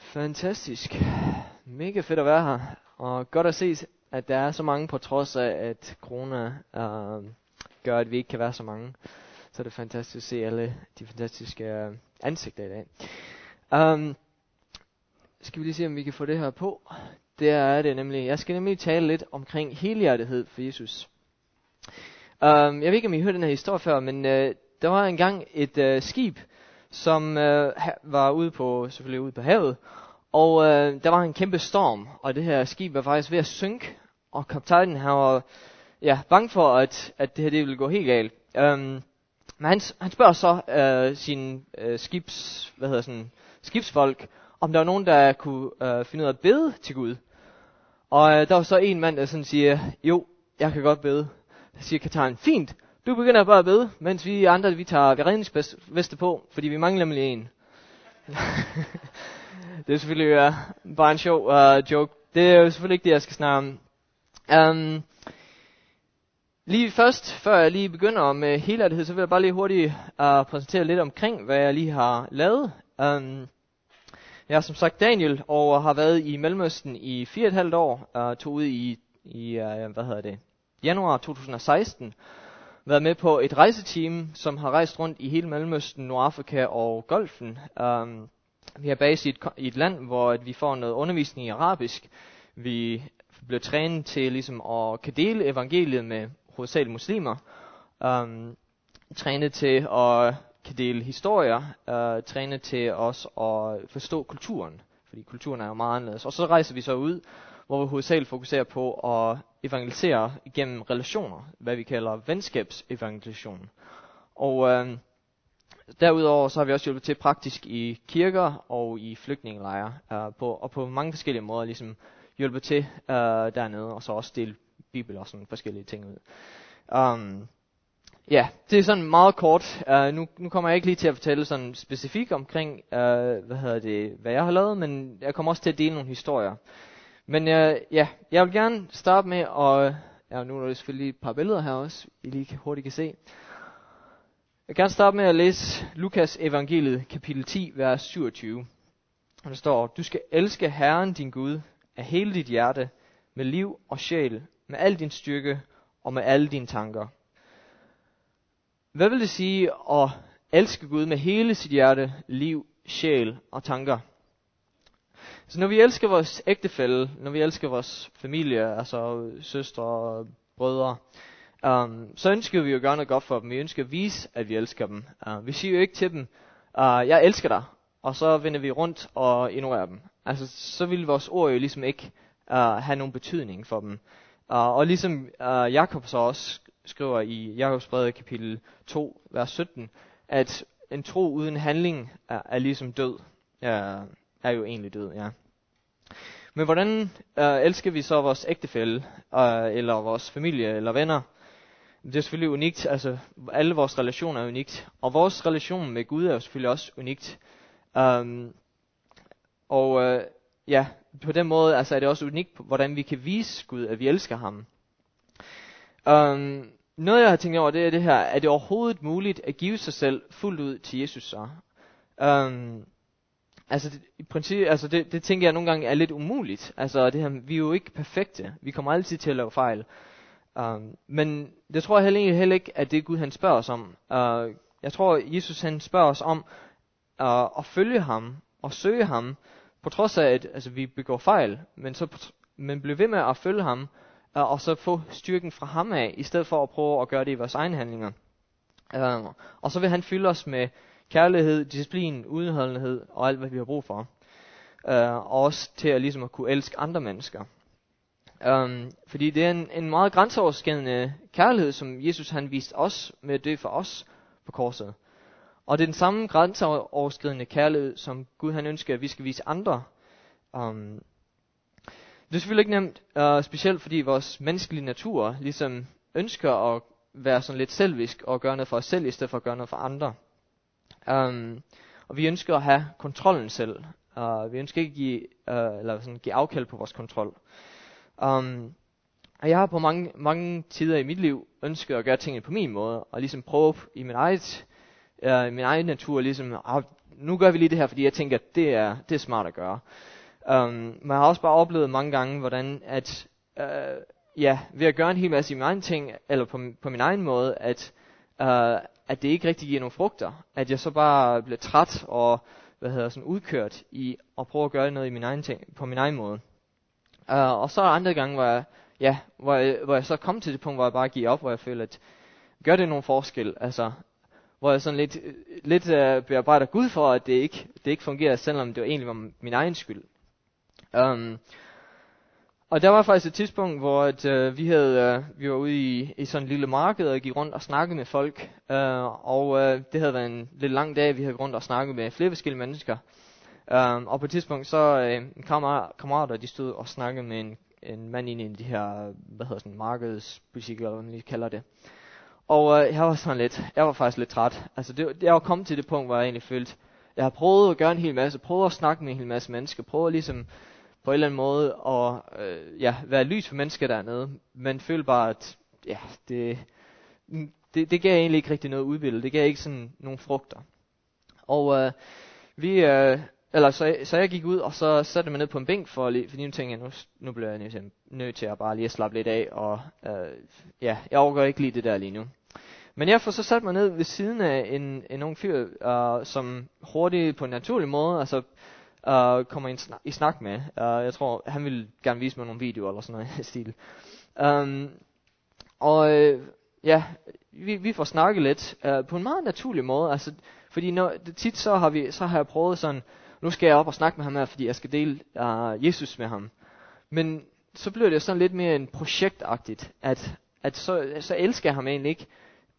Fantastisk. Mega fedt at være her. Og godt at se, at der er så mange på trods af, at corona gør, at vi ikke kan være så mange. Så er det fantastisk at se alle de fantastiske ansigter i dag. Skal vi lige se, om vi kan få det her på. Det er det nemlig. Jeg skal nemlig tale lidt omkring helhjertethed for Jesus. Jeg ved ikke, om I hørte den her historie før, men der var engang et skib, som var selvfølgelig ude på havet. Og der var en kæmpe storm, og det her skib var faktisk ved at synke. Og kaptajnen han var bange for, at det her det ville gå helt galt. Men han spørger så sine skibsfolk, om der var nogen, der kunne finde ud af at bede til Gud. Og der var så en mand, der sådan siger, jo, jeg kan godt bede. Så siger kaptajnen, fint, du begynder bare at bede, mens vi andre vi tager redningsveste på, fordi vi mangler nemlig en. Det er selvfølgelig bare en sjov joke. Det er jo selvfølgelig ikke det, jeg skal snakke om. Lige først, før jeg lige begynder med helhjertethed, så vil jeg bare lige hurtigt præsentere lidt omkring, hvad jeg lige har lavet. Jeg er som sagt Daniel, og har været i Mellemøsten i 4,5 år. Tog ud i januar 2016. Været med på et rejseteam, som har rejst rundt i hele Mellemøsten, Nordafrika og Golfen. Vi er base i et land, hvor vi får noget undervisning i arabisk. Vi bliver trænet til ligesom at kan dele evangeliet med hovedsageligt muslimer. Trænet til at kan dele historier. Trænet til også at forstå kulturen, fordi kulturen er jo meget anderledes. Og så rejser vi så ud, hvor vi hovedsageligt fokuserer på at evangelisere gennem relationer, hvad vi kalder venskabsevangelisation. Og derudover så har vi også hjulpet til praktisk i kirker og i flygtningelejre, på mange forskellige måder ligesom hjulpet til dernede, og så også dele bibel og sådan forskellige ting ud. Det er sådan meget kort. Nu kommer jeg ikke lige til at fortælle sådan specifikt omkring, hvad jeg har lavet, men jeg kommer også til at dele nogle historier. Men jeg vil gerne starte med nu er der selvfølgelig et par billeder her også, I lige hurtigt kan se. Jeg vil gerne starte med at læse Lukas evangeliet, kapitel 10, vers 27. Og der står, du skal elske Herren din Gud af hele dit hjerte, med liv og sjæl, med al din styrke og med alle dine tanker. Hvad vil det sige at elske Gud med hele sit hjerte, liv, sjæl og tanker? Så når vi elsker vores ægtefælle, når vi elsker vores familie, altså søstre og brødre, så ønsker vi jo at gøre noget godt for dem. Vi ønsker at vise, at vi elsker dem. Vi siger jo ikke til dem, jeg elsker dig, og så vender vi rundt og ignorerer dem. Altså, så vil vores ord jo ligesom ikke have nogen betydning for dem. Og ligesom Jakob så også skriver i Jakobs brev kapitel 2, vers 17, at en tro uden handling er ligesom død. Er jo egentlig død, ja. Men hvordan elsker vi så vores ægtefælle, eller vores familie, eller venner? Det er selvfølgelig unikt, altså alle vores relationer er unikt, og vores relation med Gud er jo selvfølgelig også unikt. På den måde altså, er det også unikt, hvordan vi kan vise Gud, at vi elsker ham. Noget jeg har tænkt over, det er det her, er det overhovedet muligt at give sig selv fuldt ud til Jesus så? I princippet, det tænker jeg nogle gange er lidt umuligt. Altså det her, vi er jo ikke perfekte. Vi kommer altid til at lave fejl. Men det tror jeg heller ikke, at det er Gud, han spørger os om. Jeg tror, Jesus han spørger os om at følge ham og søge ham, på trods af, at vi begår fejl, men blive ved med at følge ham, og så få styrken fra ham af, i stedet for at prøve at gøre det i vores egne handlinger. Og så vil han fylde os med kærlighed, disciplin, udholdenhed og alt, hvad vi har brug for. Og også til at, ligesom at kunne elske andre mennesker. Fordi det er en meget grænseoverskridende kærlighed, som Jesus han viste os med at dø for os på korset. Og det er den samme grænseoverskridende kærlighed, som Gud han ønsker, at vi skal vise andre. Det er selvfølgelig ikke nemt, specielt fordi vores menneskelige natur ligesom ønsker at være sådan lidt selvisk og gøre noget for os selv, i stedet for at gøre noget for andre. Og vi ønsker at have kontrollen selv. Vi ønsker ikke at give afkald på vores kontrol. Og jeg har på mange tider i mit liv ønsket at gøre tingene på min måde, og ligesom prøve i min egen natur, ligesom, nu gør vi lige det her, fordi jeg tænker, at det er smart at gøre. Men jeg har også bare oplevet mange gange, hvordan at, ved at gøre en hel masse i min egen ting, eller på min egen måde, at det ikke rigtig giver nogen frugter. At jeg så bare bliver træt og sådan udkørt i at prøve at gøre noget i min egen ting, på min egen måde. Og så er der andre gange, hvor jeg så kom til det punkt, hvor jeg bare giver op, hvor jeg føler, at gør det nogen forskel, altså hvor jeg sådan lidt bearbejder Gud for, at det ikke fungerer, selvom det egentlig var min egen skyld. Og der var faktisk et tidspunkt, hvor vi var ude i sådan en lille marked og gik rundt og snakkede med folk. Det havde været en lidt lang dag, vi havde gået rundt og snakket med flere forskellige mennesker. Og på et tidspunkt så kammerater, de stod og snakkede med en mand inde i de her, markedsbutikker, eller hvad man lige kalder det. Og jeg var faktisk lidt træt. Altså jeg var kommet til det punkt, hvor jeg egentlig følte, jeg har prøvet at gøre en hel masse, prøvet at snakke med en hel masse mennesker, prøvet ligesom på en eller anden måde at være lys for mennesker dernede, men følte bare, at det gav egentlig ikke rigtig noget udbytte, det gav ikke sådan nogle frugter. Og så jeg gik ud, og så satte mig ned på en bænk, fordi nu tænkte jeg, nu bliver jeg nødt til at bare lige at slappe lidt af, og jeg overgår ikke lige det der lige nu. Men jeg får så sat mig ned ved siden af en ung fyr, som hurtigt på en naturlig måde, kommer i snak med. Jeg tror, han ville gerne vise mig nogle videoer eller sådan noget i stil. Vi får snakket lidt på en meget naturlig måde. Altså, fordi tit så har jeg prøvet sådan, nu skal jeg op og snakke med ham her, fordi jeg skal dele Jesus med ham. Men så bliver det sådan lidt mere en projektagtigt, at så elsker jeg ham egentlig ikke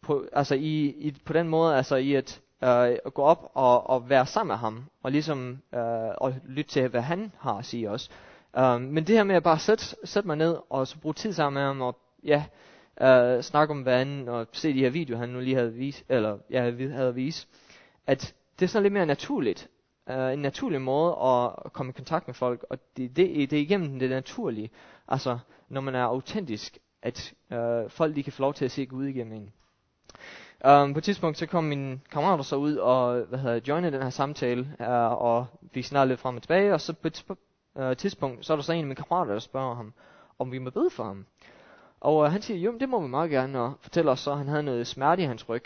på den måde, altså i at gå op og være sammen med ham, og ligesom og lytte til, hvad han har at sige også. Men det her med at bare sætte mig ned, og så bruge tid sammen med ham, og snakke om hvad han, og se de her videoer, han nu lige havde vist, at det er sådan lidt mere naturligt. En naturlig måde at komme i kontakt med folk, og det er igennem det naturlige, altså når man er autentisk, at folk de kan få lov til at se Gud igennem en. På et tidspunkt så kom mine kammerater så ud og joinede den her samtale, og vi snakkede lidt frem og tilbage, og så på et tidspunkt så er der så en af mine kammerater, der spørger ham, om vi må bede for ham. Og han siger, jo, det må vi meget gerne, og fortæller os så, at han havde noget smerte i hans ryg.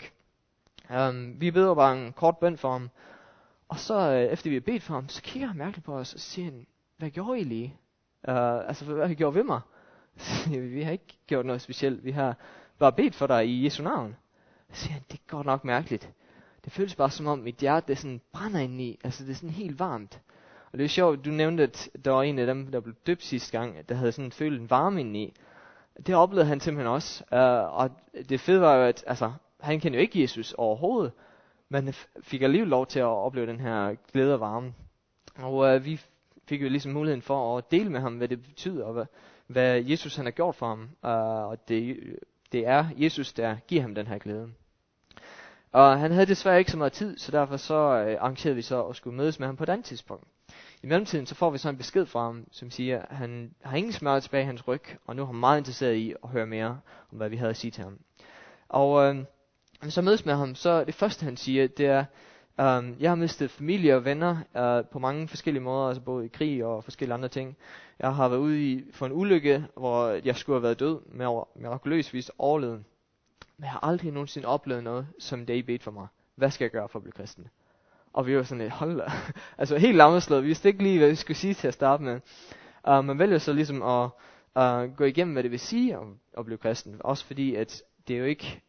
Vi beder bare en kort bøn for ham, og så efter vi har bedt for ham, så kigger han mærkeligt på os, og siger han, hvad gjorde I lige? Hvad har I gjort ved mig? Vi har ikke gjort noget specielt, vi har bare bedt for dig i Jesu navn. Så siger han, det er godt nok mærkeligt. Det føles bare som om mit hjerte det sådan brænder indeni, altså det er sådan helt varmt. Og det er sjovt, du nævnte, at der var en af dem, der blev døbt sidste gang, der havde sådan følt en varme indeni. Det oplevede han simpelthen også. Og det fede var jo, at han kendte jo ikke Jesus overhovedet, men fik alligevel lov til at opleve den her glæde og varme. Og vi fik jo ligesom muligheden for at dele med ham, hvad det betyder, og hvad Jesus han har gjort for ham. Og det er Jesus, der giver ham den her glæde. Og han havde desværre ikke så meget tid, så derfor så arrangerede vi så at skulle mødes med ham på et andet tidspunkt. I mellemtiden så får vi så en besked fra ham, som siger, at han har ingen smerte tilbage i hans ryg, og nu er han meget interesseret i at høre mere om, hvad vi havde at sige til ham. Og så mødes med ham, så det første han siger, det er, jeg har mistet familie og venner på mange forskellige måder, altså både i krig og forskellige andre ting. Jeg har været ude for en ulykke, hvor jeg skulle have været død, med mirakuløst vist overleden. Men jeg har aldrig nogensinde oplevet noget, som det I bedte for mig. Hvad skal jeg gøre for at blive kristen? Og vi var sådan lidt, hold da. Altså helt lammeslået. Vi vidste ikke lige, hvad vi skulle sige til at starte med. Man vælger så ligesom at gå igennem, hvad det vil sige at blive kristen. Også fordi, at det er jo ikke,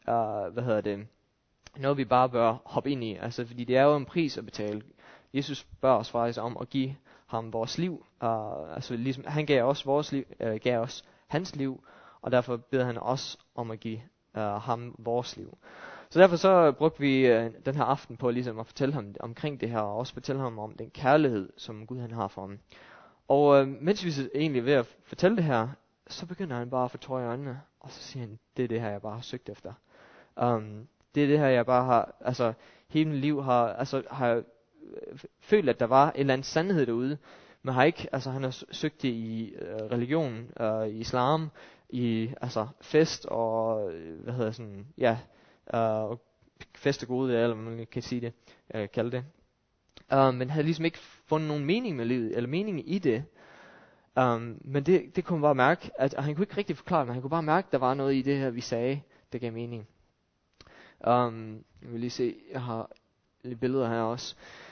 noget vi bare bør hoppe ind i. Altså fordi det er jo en pris at betale. Jesus bør os faktisk om at give ham vores liv. Ligesom han gav os vores liv, gav os hans liv. Og derfor beder han os om at give ham vores liv. Så derfor så brugte vi den her aften på ligesom at fortælle ham omkring det her, og også fortælle ham om den kærlighed, som Gud han har for ham. Og mens vi egentlig er ved at fortælle det her, så begynder han bare at få tårer i øjnene, og så siger han, det er det her, jeg bare har søgt efter. Det er det her, jeg bare har, hele mit liv har følt, at der var en eller anden sandhed derude, men har ikke, han har søgt det i religion, i islam, i fest og fest og gode, eller hvad man kan sige det, kalde det. men havde ligesom ikke fundet nogen mening med livet, eller mening i det. Men det kunne man bare mærke, at han kunne ikke rigtig forklare det, men han kunne bare mærke, at der var noget i det her, vi sagde, der gav mening. Jeg vil lige se, jeg har lidt billeder her også.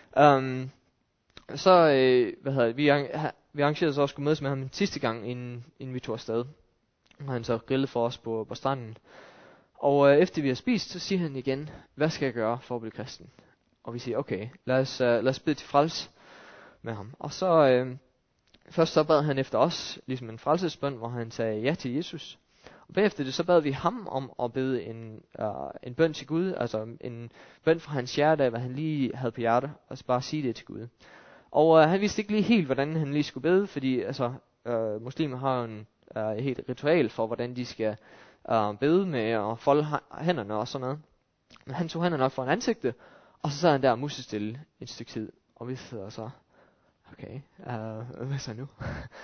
Vi arrangerede så også skulle mødes med ham sidste gang, inden vi tog afsted. Og han så grillede for os på stranden. Og efter vi har spist, så siger han igen, hvad skal jeg gøre for at blive kristen? Og vi siger, okay, lad os bede til frels med ham. Og så først så bad han efter os, ligesom en frelsesbøn, hvor han sagde ja til Jesus. Og bagefter det, så bad vi ham om at bede en bøn til Gud, altså en bøn fra hans hjerte, af hvad han lige havde på hjerte, og så bare sige det til Gud. Og han vidste ikke lige helt, hvordan han lige skulle bede, fordi muslimer har jo et helt ritual for, hvordan de skal bede med at folde hænderne og sådan noget. Men han tog hænderne op for en ansigte, og så sad han der musestille et stykke tid, og vi sidder så, okay, hvad så nu?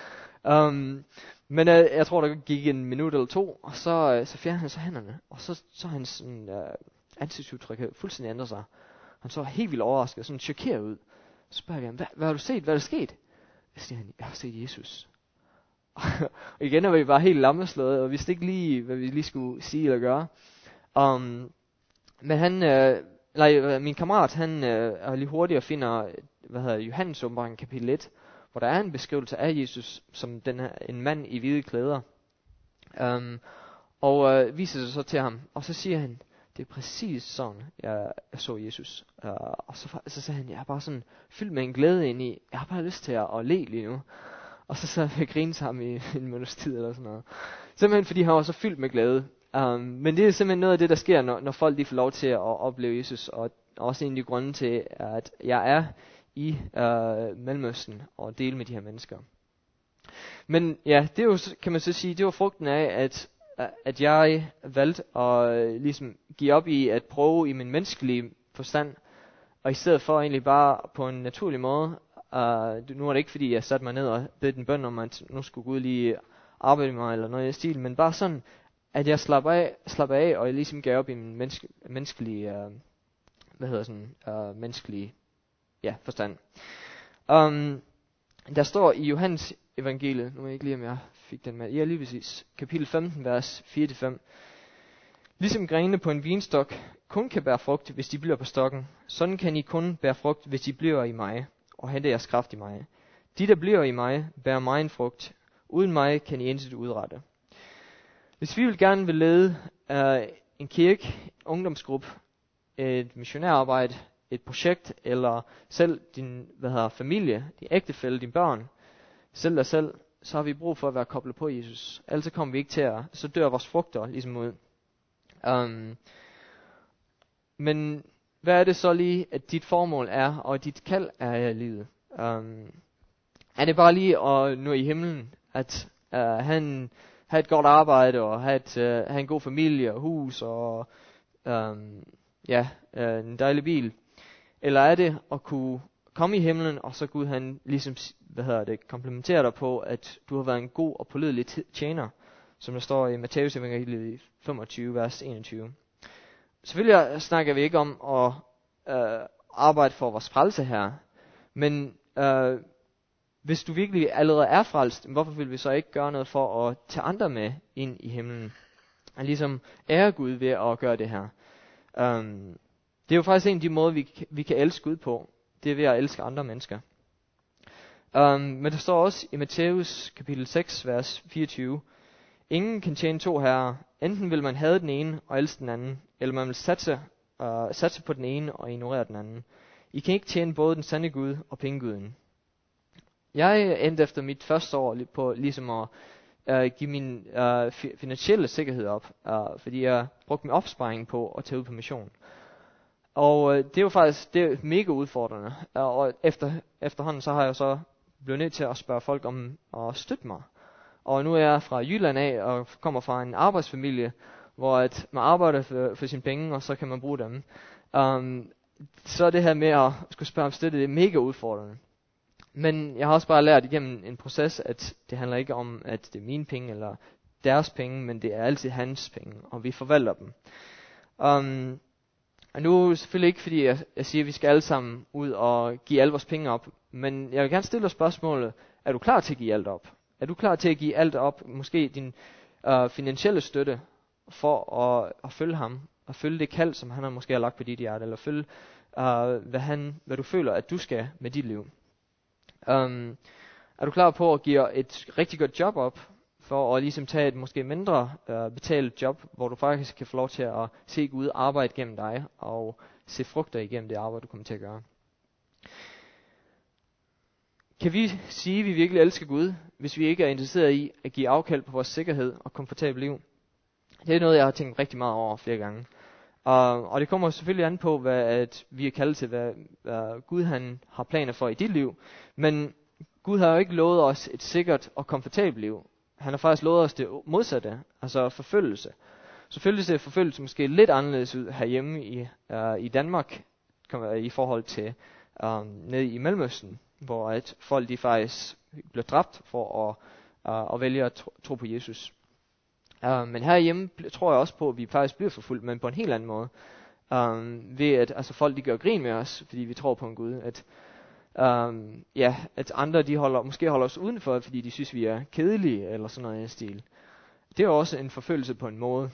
Men jeg tror, der gik en minut eller to, og så fjernede han så hænderne, og så hans ansigtsudtryk fuldstændig ændret sig. Han så helt vildt overrasket, sådan chokeret ud. Så spørger vi ham, hvad har du set? Hvad er der sket? Så siger han, jeg har set Jesus. Og igen var vi bare helt lammeslået, og vidste ikke lige, hvad vi lige skulle sige eller gøre. Men min kammerat, han er lige hurtigt og finder, Johannes åbenbaring kapitel 1, hvor der er en beskrivelse af Jesus som en mand i hvide klæder. Viser sig så til ham, og så siger han, det er præcis sådan, jeg så Jesus. Og så sagde han, jeg er bare sådan fyldt med en glæde ind i, jeg har bare lyst til at le lige nu. Og så sad vi og grinede sammen i en minuts tid eller sådan noget. Simpelthen fordi han var så fyldt med glæde. Men det er simpelthen noget af det, der sker, når folk de får lov til at opleve Jesus. Og også en af de grunde til, at jeg er i Mellemøsten og dele med de her mennesker. Men ja, det er jo, kan man så sige, det var frugten af, at jeg valgte at ligesom give op i at prøve i min menneskelige forstand, og i stedet for egentlig bare på en naturlig måde, nu er det ikke fordi jeg satte mig ned og bed den bøn om, at nu skulle Gud lige arbejde med mig eller noget i stil, men bare sådan, at jeg slapper af og jeg ligesom gav op i min menneskelige, menneskelige forstand. Der står i Johannes evangeliet, nu er jeg ikke lige om jeg fik den med, ja lige præcis, kapitel 15, vers 4-5. Ligesom grenene på en vinstok kun kan bære frugt, hvis de bliver på stokken, sådan kan I kun bære frugt, hvis de bliver i mig, og hente jeres kraft i mig. De, der bliver i mig, bærer mig en frugt. Uden mig kan I intet udrette. Hvis vi gerne vil lede en kirke, ungdomsgruppe, et missionærarbejde, et projekt, eller selv din familie, din ægtefælle, dine børn, selv dig selv, så har vi brug for at være koblet på Jesus. Ellers kommer vi ikke til så dør vores frugter ligesom ud. Men hvad er det så lige, at dit formål er, og dit kald er i livet? Er det bare lige at nå i himlen, at have et godt arbejde, og have en god familie og hus, og en dejlig bil? Eller er det at kunne komme i himlen, og så Gud han ligesom, komplementerer dig på, at du har været en god og pålidelig tjener, som der står i Matthæus evangeliet 25, vers 21. Selvfølgelig snakker vi ikke om at arbejde for vores frelse her, men hvis du virkelig allerede er frelst, hvorfor vil vi så ikke gøre noget for at tage andre med ind i himlen? Og ligesom ære Gud ved at gøre det her. Det er jo faktisk en af de måder, vi kan elske Gud på. Det er ved at elske andre mennesker. Men der står også i Matthæus kapitel 6, vers 24. Ingen kan tjene to herrer. Enten vil man hade den ene og elske den anden, eller man vil satse på den ene og ignorere den anden. I kan ikke tjene både den sande Gud og pengeguden. Jeg endte efter mit første år på ligesom at give min finansielle sikkerhed op, fordi jeg brugte min opsparing på at tage ud på mission. Og det er jo faktisk mega udfordrende. Og efterhånden så har jeg så blevet nødt til at spørge folk om at støtte mig. Og nu er jeg fra Jylland af og kommer fra en arbejdsfamilie, hvor at man arbejder for sine penge, og så kan man bruge dem. Så det her med at skulle spørge om støtte, det er mega udfordrende. Men jeg har også bare lært igennem en proces, at det handler ikke om, at det er mine penge eller deres penge, men det er altid hans penge, og vi forvalter dem. Og nu er det selvfølgelig ikke, fordi jeg siger, at vi skal alle sammen ud og give alle vores penge op. Men jeg vil gerne stille dig spørgsmålet, er du klar til at give alt op? Er du klar til at give alt op, måske din finansielle støtte, for at følge ham? At følge det kald, som han måske har lagt på dit hjerte? Eller følge, hvad du føler, at du skal med dit liv? Er du klar på at give et rigtig godt job op, for at ligesom tage et måske mindre betalt job, hvor du faktisk kan få lov til at se Gud arbejde gennem dig, og se frugter igennem det arbejde, du kommer til at gøre? Kan vi sige, at vi virkelig elsker Gud, hvis vi ikke er interesseret i at give afkald på vores sikkerhed og komfortable liv? Det er noget, jeg har tænkt rigtig meget over flere gange. Og det kommer selvfølgelig an på, at vi er kaldet til, hvad Gud han har planer for i dit liv. Men Gud har jo ikke lovet os et sikkert og komfortabelt liv. Han har faktisk lovet os det modsatte, altså forfølgelse. Selvfølgelig ser forfølgelse måske lidt anderledes ud herhjemme i Danmark, i forhold til nede i Mellemøsten, hvor at folk de faktisk bliver dræbt for at vælge at tro på Jesus. Men herhjemme tror jeg også på, at vi faktisk bliver forfulgt, men på en helt anden måde. Ved at folk de gør grin med os, fordi vi tror på en Gud. At andre de måske holder os udenfor, fordi de synes, vi er kedelige, eller sådan noget i stil. Det er også en forfølgelse på en måde.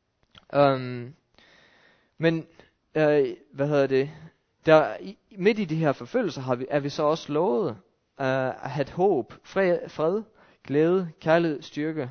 Midt i de her forfølgelser er vi så også lovet at have et håb, fred, glæde, kærlighed, styrke.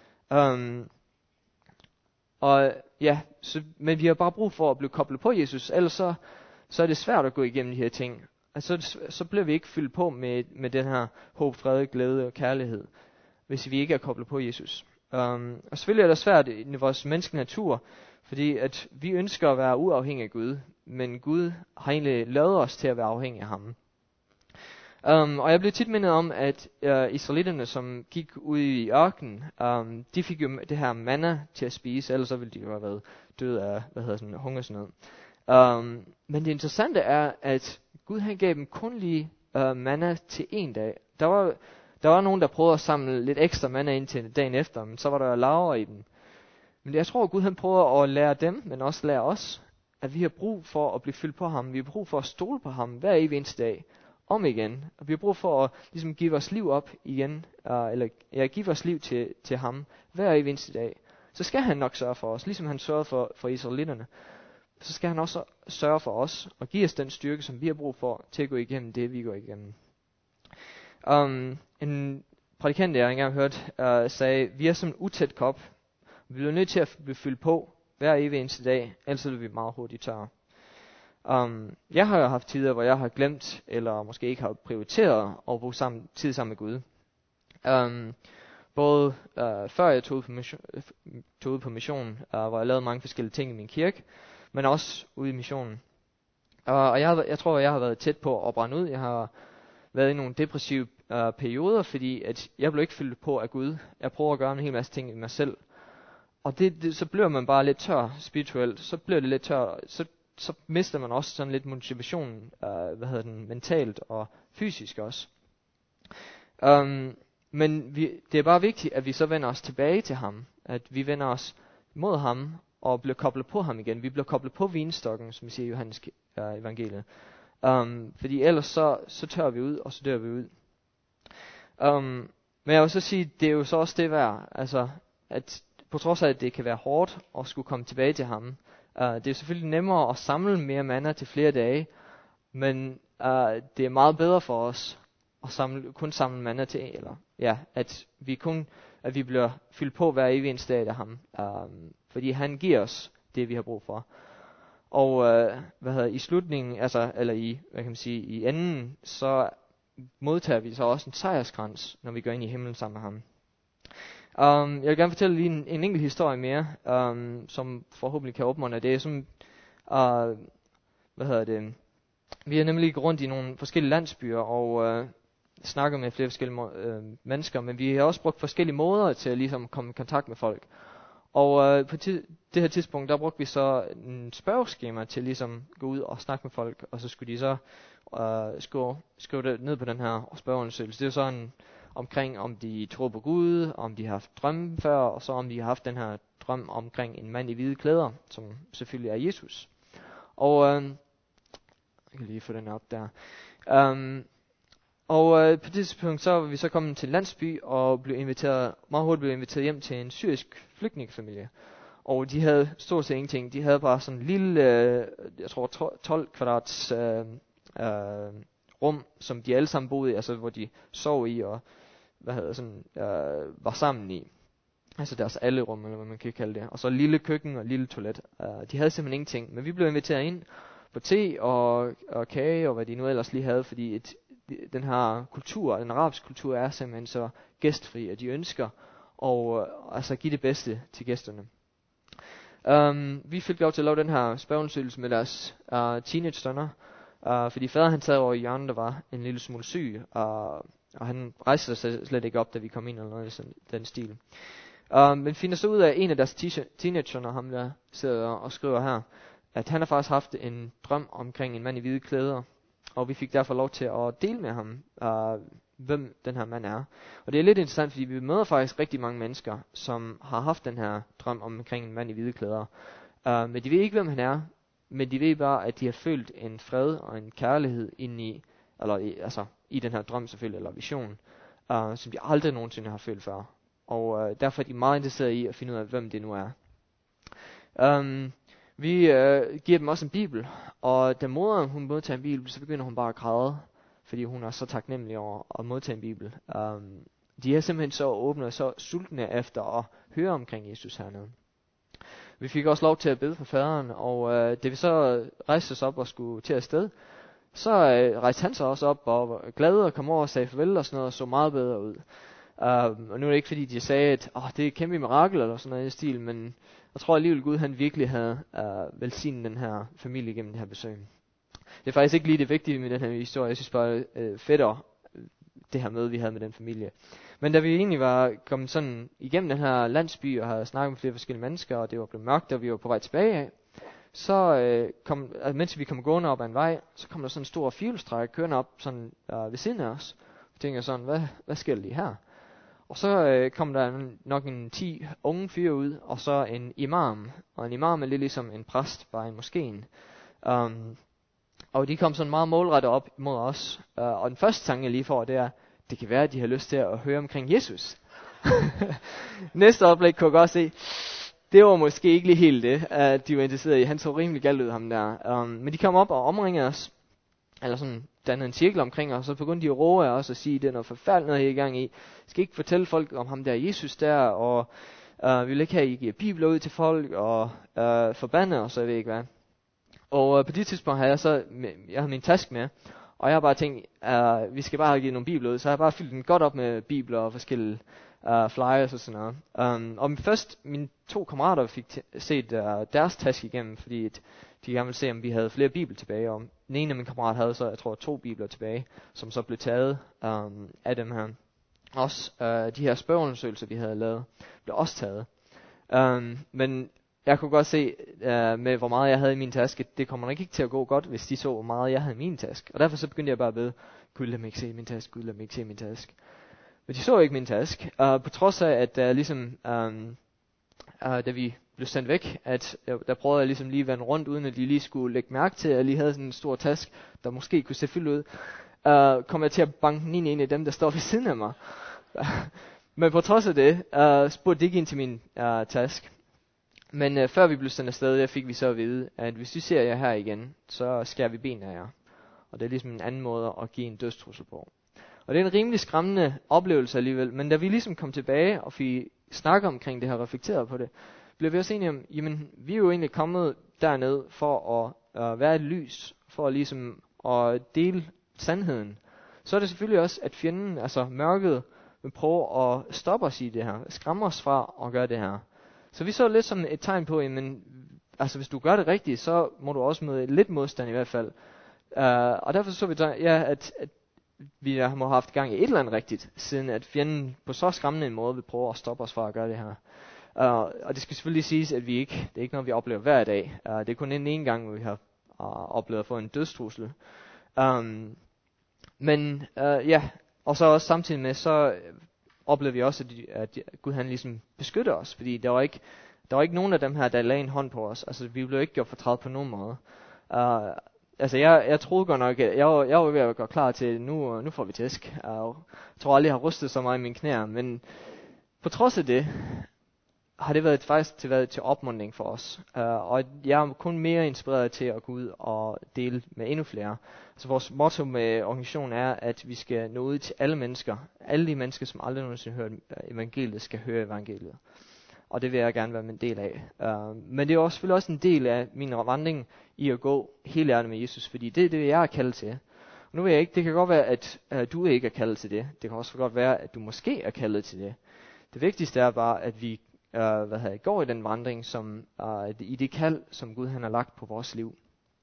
Men vi har bare brug for at blive koblet på Jesus, ellers så er det svært at gå igennem de her ting. Altså, så bliver vi ikke fyldt på med den her håb, fred, glæde og kærlighed, hvis vi ikke er koblet på Jesus. Og selvfølgelig er det svært i vores menneskelige natur, fordi at vi ønsker at være uafhængige af Gud, men Gud har egentlig lavet os til at være afhængige af ham. Og jeg blev tit mindet om, at israelitterne, som gik ud i ørkenen, de fik jo det her manna til at spise, ellers så ville de jo have været døde af hungersnød. Men det interessante er, at Gud han gav dem kun lige manna til en dag. Der var nogen, der prøvede at samle lidt ekstra manna ind til dagen efter, men så var der laver i dem. Men jeg tror, at Gud han prøver at lære dem, men også lære os, at vi har brug for at blive fyldt på ham. Vi har brug for at stole på ham hver evig eneste dag, om igen. Og vi har brug for at ligesom give vores liv op igen, give vores liv til ham hver evig eneste dag. Så skal han nok sørge for os, ligesom han sørgede for israelitterne. Så skal han også sørge for os og give os den styrke, som vi har brug for til at gå igennem det, vi går igennem. En prædikant, jeg engang hørt, sagde, vi er som en utæt kop. Vi bliver nødt til at blive fyldt på hver evig eneste dag, ellers er vi meget hurtigt tørre. Jeg har jo haft tider, hvor jeg har glemt, eller måske ikke har prioriteret at bruge tid sammen med Gud. Både før jeg tog ud på mission, hvor jeg lavede mange forskellige ting i min kirke, men også ude i missionen. Og jeg tror, jeg har været tæt på at brænde ud. Jeg har været i nogle depressive perioder, fordi at jeg blev ikke fyldt på af Gud. Jeg prøver at gøre en hel masse ting i mig selv. Og så bliver man bare lidt tør spirituelt. Så bliver det lidt tør. Så mister man også sådan lidt motivation, mentalt og fysisk også. Men det er bare vigtigt, at vi så vender os tilbage til ham. At vi vender os mod ham og bliver koblet på ham igen. Vi bliver koblet på vinstokken, som vi siger i Johannes evangeliet. Fordi ellers så tør vi ud, og så dør vi ud. Men jeg vil så sige, det er jo så også det værd. Altså, at på trods af, at det kan være hårdt at skulle komme tilbage til ham. Det er selvfølgelig nemmere at samle mere manna til flere dage, men det er meget bedre for os at kun samle manna til, at vi bliver fyldt på hver evig eneste dag af ham, fordi han giver os det, vi har brug for. Og i slutningen, i enden, så modtager vi så også en sejrskrans, når vi går ind i himlen sammen med ham. Jeg vil gerne fortælle lige en enkelt historie mere, som forhåbentlig kan opmuntre. Det er som, vi har nemlig gået rundt i nogle forskellige landsbyer og snakket med flere forskellige mennesker, men vi har også brugt forskellige måder til at ligesom komme i kontakt med folk. Og på det her tidspunkt, der brugte vi så en spørgeskema til ligesom gå ud og snakke med folk, og så skulle de så skrive det ned på den her spørgeundersøgelse. Det er sådan omkring, om de tror på Gud, om de har haft drømme før, og så om de har haft den her drøm omkring en mand i hvide klæder, som selvfølgelig er Jesus. Og jeg kan lige få den op der. På det tidspunkt så var vi så kommet til en landsby og meget hurtigt blev inviteret hjem til en syrisk flygtningefamilie. Og de havde stort set ingenting. De havde bare sådan en lille, jeg tror 12 kvadrats rum, som de alle sammen boede i, altså hvor de sov i og var sammen i. Altså deres allerum, eller hvad man kan kalde det. Og så lille køkken og lille toilet. De havde simpelthen ingenting. Men vi blev inviteret ind på te og kage og hvad de nu ellers lige havde, fordi den her kultur, den arabiske kultur, er simpelthen så gæstfri, at de ønsker at give det bedste til gæsterne. Vi fik lov til at lave den her spørgeundersøgelse med deres teenage-sønner, fordi faderen han sad over i hjørnet, der var en lille smule syg, og han rejste sig slet ikke op, da vi kom ind, eller noget i den stil. Men finder så ud af, en af deres teenage-sønner, ham der sidder og skriver her, at han har faktisk haft en drøm omkring en mand i hvide klæder, og vi fik derfor lov til at dele med ham, hvem den her mand er. Og det er lidt interessant, fordi vi møder faktisk rigtig mange mennesker, som har haft den her drøm omkring en mand i hvide klæder. Men de ved ikke, hvem han er, men de ved bare, at de har følt en fred og en kærlighed i den her drøm selvfølgelig, eller vision, som de aldrig nogensinde har følt før. Og derfor er de meget interesserede i at finde ud af, hvem det nu er. Vi giver dem også en bibel, og da moderen hun modtager en bibel, så begynder hun bare at græde, fordi hun er så taknemmelig over at modtage en bibel. De er simpelthen så åbne og så sultne efter at høre omkring Jesus hernede. Vi fik også lov til at bede for faderen, og da vi så rejste os op og skulle til afsted, så rejste han sig også op og var glad og kom over og sagde farvel og sådan noget, og så meget bedre ud. Og nu er det ikke fordi de sagde, at det er et kæmpe mirakel eller sådan noget i stil, men jeg tror alligevel Gud han virkelig havde velsignet den her familie gennem det her besøg. Det er faktisk ikke lige det vigtige med den her historie. Jeg synes bare fedtere det her møde vi havde med den familie. Men da vi egentlig var kommet sådan igennem den her landsby og havde snakket med flere forskellige mennesker, og det var blevet mørkt, og vi var på vej tilbage af, så mens vi kom gående op ad en vej, så kom der sådan en stor firehjulstræk kørende op sådan ved siden af os. Jeg tænker sådan, hvad sker der lige her? Og så kom der nok en 10 unge fyre ud, og så en imam. Og en imam er lidt ligesom en præst, bare i moskéen. Og de kom sådan meget målrettet op mod os. Og den første tanke jeg lige får, det er, det kan være, at de har lyst til at høre omkring Jesus. Næste øjeblik kunne jeg godt se, det var måske ikke lige helt det, at de var interesseret i. Han så rimelig galt ud, ham der. Men de kom op og omringede os, eller sådan dannede en cirkel omkring os, og så begyndte de at råbe af os og sige, det er noget forfærdeligt noget, I er i gang i. Skal ikke fortælle folk om ham der Jesus der, og vi vil ikke have, at I giver bibler ud til folk, og forbande og så jeg ved ikke hvad. Og på det tidspunkt havde jeg havde min taske med, og jeg har bare tænkt, vi skal bare have givet nogle bibler ud, så jeg har bare fyldt den godt op med bibler og forskellige flyers og sådan noget. Og først mine 2 kammerater fik set deres taske igennem, fordi de gerne ville se, om vi havde flere bibler tilbage. Og den ene af mine kammerater havde så, jeg tror, 2 bibler tilbage, som så blev taget af dem her. Også de her spørgeundersøgelser, vi havde lavet, blev også taget. Men jeg kunne godt se, med hvor meget jeg havde i min taske, det kommer nok ikke til at gå godt, hvis de så, hvor meget jeg havde i min taske. Og derfor så begyndte jeg bare at bede, Gud lad mig ikke se min taske, Gud lad mig ikke se min taske. Men de så ikke min taske, på trods af, at da vi blev sendt væk, at der prøvede jeg ligesom lige at vende rundt, uden at de lige skulle lægge mærke til, at jeg lige havde sådan en stor taske, der måske kunne se fyldt ud, kom jeg til at banke den ind i en af dem, der står ved siden af mig. Men på trods af det, spurgte de ikke ind til min taske. Men før vi blev sendt afsted, der fik vi så at vide, at hvis vi ser jer her igen, så skærer vi benene af jer. Og det er ligesom en anden måde at give en dødstrussel på. Og det er en rimelig skræmmende oplevelse alligevel, men da vi ligesom kom tilbage, og vi snakker omkring det her, reflekteret på det, blev vi også enige om, jamen vi er jo egentlig kommet derned for at være et lys, for ligesom at dele sandheden. Så er det selvfølgelig også, at fjenden, altså mørket, vil prøve at stoppe os i det her, skræmme os fra at gøre det her. Så vi så lidt som et tegn på, jamen, altså hvis du gør det rigtigt, så må du også møde lidt modstand i hvert fald. Og derfor så vi, at vi må have haft gang i et eller andet rigtigt, siden at fjenden på så skræmmende en måde vil prøve at stoppe os fra at gøre det her. Og det skal selvfølgelig siges, at det er ikke noget, vi oplever hver dag. Det er kun en gang, hvor vi har oplevet at få en dødstrussel. Og så også samtidig med, så oplevede vi også, at Gud han ligesom beskytter os, fordi der var ikke nogen af dem her, der lagde en hånd på os. Altså vi blev ikke gjort fortræd på nogen måde. Altså jeg troede godt nok, jeg var ved at gå klar til, nu får vi tæsk. Jeg tror aldrig, jeg har rustet så meget i mine knæer, men på trods af det, har det været til opmuntring for os. Og jeg er kun mere inspireret til at gå ud og dele med endnu flere. Så vores motto med organisationen er, at vi skal nå ud til alle mennesker. Alle de mennesker, som aldrig nogensinde har hørt evangeliet, skal høre evangeliet. Og det vil jeg gerne være en del af. Men det er også, selvfølgelig også en del af min vandring i at gå hele hjertet med Jesus, fordi det er det, jeg er kaldet til. Og nu ved jeg ikke, det kan godt være, at du ikke er kaldet til det. Det kan også godt være, at du måske er kaldet til det. Det vigtigste er bare, at vi går i den vandring, som i det kald, som Gud han har lagt på vores liv.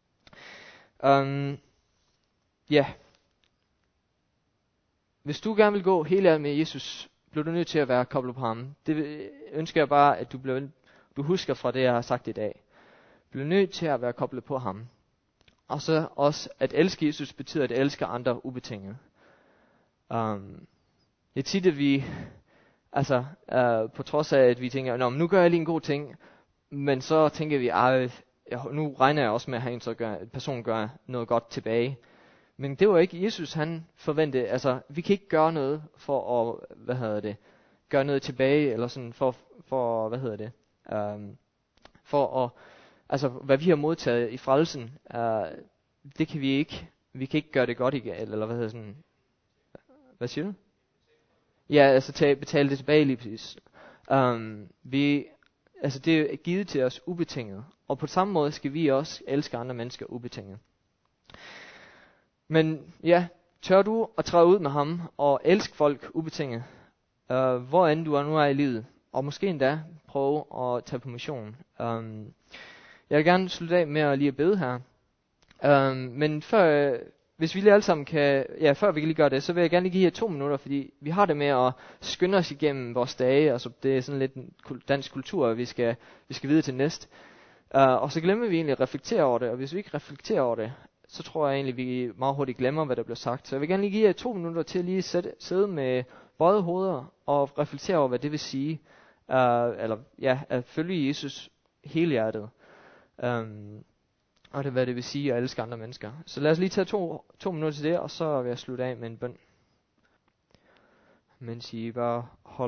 Hvis du gerne vil gå hele hjertet med Jesus, bliver du nødt til at være koblet på ham. Det ønsker jeg bare, at du husker fra det, jeg har sagt i dag. Du bliver nødt til at være koblet på ham. Og så også, at elske Jesus betyder at elske andre ubetinget. Det er tit, at vi, på trods af, at vi tænker, nu gør jeg lige en god ting, men så tænker vi, nu regner jeg også med at have en person gør noget godt tilbage. Men det var ikke Jesus, han forventede. Vi kan ikke gøre noget for at, gøre noget tilbage, eller sådan for hvad vi har modtaget i frelsen, det kan vi ikke. Vi kan ikke gøre det godt igen, eller hvad siger du? Ja, betale det tilbage lige præcis. Det er givet til os ubetinget. Og på samme måde skal vi også elske andre mennesker ubetinget. Men ja, tør du at træde ud med ham og elske folk ubetinget, hvor end du nu er i livet, og måske endda prøve at tage på mission. Jeg vil gerne slutte af med at lige at bede her. Men hvis vi lige alle sammen før vi kan lige gøre det, så vil jeg gerne lige give jer 2 minutter, fordi vi har det med at skynde os igennem vores dage. Altså det er sådan lidt en dansk kultur, at vi skal videre til næste. Og så glemmer vi egentlig at reflektere over det, og hvis vi ikke reflekterer over det, så tror jeg egentlig, vi meget hurtigt glemmer, hvad der bliver sagt. Så jeg vil gerne lige give jer 2 minutter til at lige sidde med bøjede hoveder og reflektere over, hvad det vil sige. At følge Jesus hele hjertet. Og hvad det vil sige at elske andre mennesker. Så lad os lige tage 2 minutter til det, og så vil jeg slutte af med en bøn. Mens I bare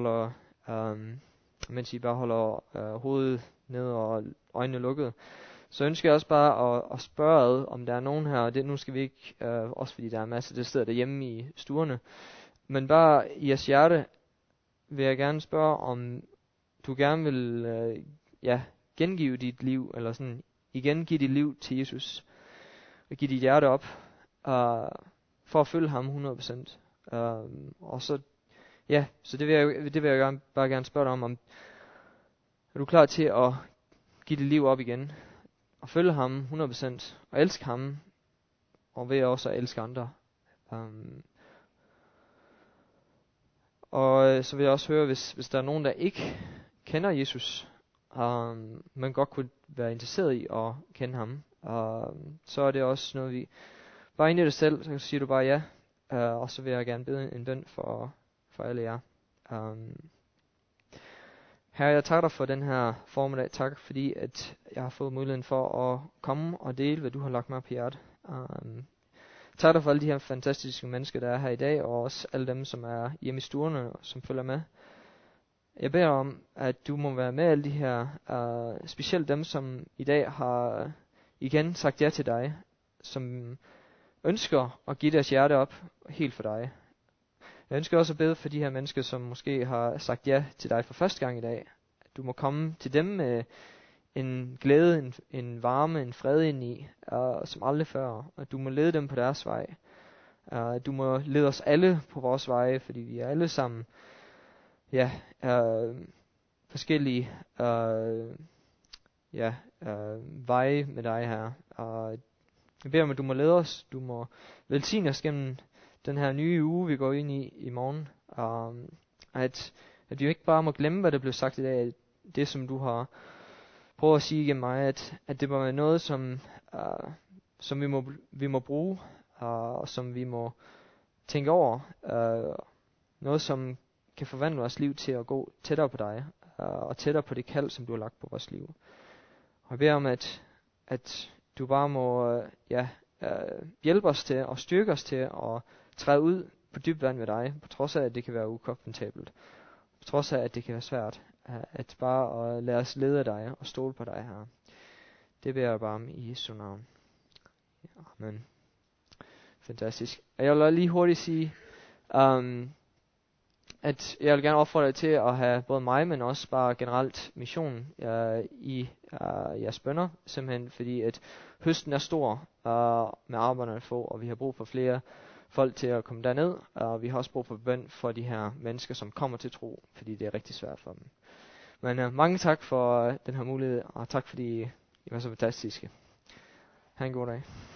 holder hovedet ned og øjnene lukket, så ønsker jeg også bare at spørge, om der er nogen her, og nu skal vi ikke, også fordi der er masser af steder derhjemme i stuerne, men bare i jeres hjerte vil jeg gerne spørge, om du gerne vil gengive dit liv, eller sådan igen give dit liv til Jesus, og give dit hjerte op, for at følge ham 100%. Og så det vil jeg bare gerne spørge dig om er du klar til at give dit liv op igen, og følge ham 100%, og elske ham, og ved også at elske andre. Og så vil jeg også høre, hvis der er nogen, der ikke kender Jesus, men godt kunne være interesseret i at kende ham, så er det også noget, vi bare ind i dig selv, så siger du bare ja, og så vil jeg gerne bede en bøn for alle jer. Herre, jeg takker dig for den her formiddag. Tak fordi, at jeg har fået muligheden for at komme og dele, hvad du har lagt mig på hjertet. Tak dig for alle de her fantastiske mennesker, der er her i dag, og også alle dem, som er hjemme i stuerne, som følger med. Jeg beder om, at du må være med alle de her, specielt dem, som i dag har igen sagt ja til dig, som ønsker at give deres hjerte op helt for dig. Jeg ønsker også at bede for de her mennesker, som måske har sagt ja til dig for første gang i dag. Du må komme til dem med en glæde, en varme, en fred ind i, som aldrig før. Og du må lede dem på deres vej. Du må lede os alle på vores veje, fordi vi er alle sammen forskellige veje med dig her. Jeg beder om, at du må lede os. Du må velsigne os gennem den her nye uge, vi går ind i morgen. At vi ikke bare må glemme, hvad der blev sagt i dag. Det, som du har prøvet at sige igennem mig. At det må være noget, som vi må bruge. Og som vi må tænke over. Noget, som kan forvandle vores liv til at gå tættere på dig. Og tættere på det kald, som du har lagt på vores liv. Og jeg beder om, at du bare må hjælpe os til og styrke os til at træde ud på dybt vand med dig, på trods af, at det kan være ukomfortabelt. På trods af, at det kan være svært. At bare at lade os lede af dig og stole på dig her. Det beder jeg bare om i Jesu navn. Amen. Fantastisk. Og jeg vil lige hurtigt sige, at jeg vil gerne opfordre dig til at have både mig, men også bare generelt mission i jeres bønner. Simpelthen fordi, at høsten er stor med arbejderne få, og vi har brug for flere folk til at komme derned. Og vi har også brug for bøn for de her mennesker, som kommer til tro, fordi det er rigtig svært for dem. Men mange tak for den her mulighed, og tak fordi I var så fantastiske. Ha' en god dag.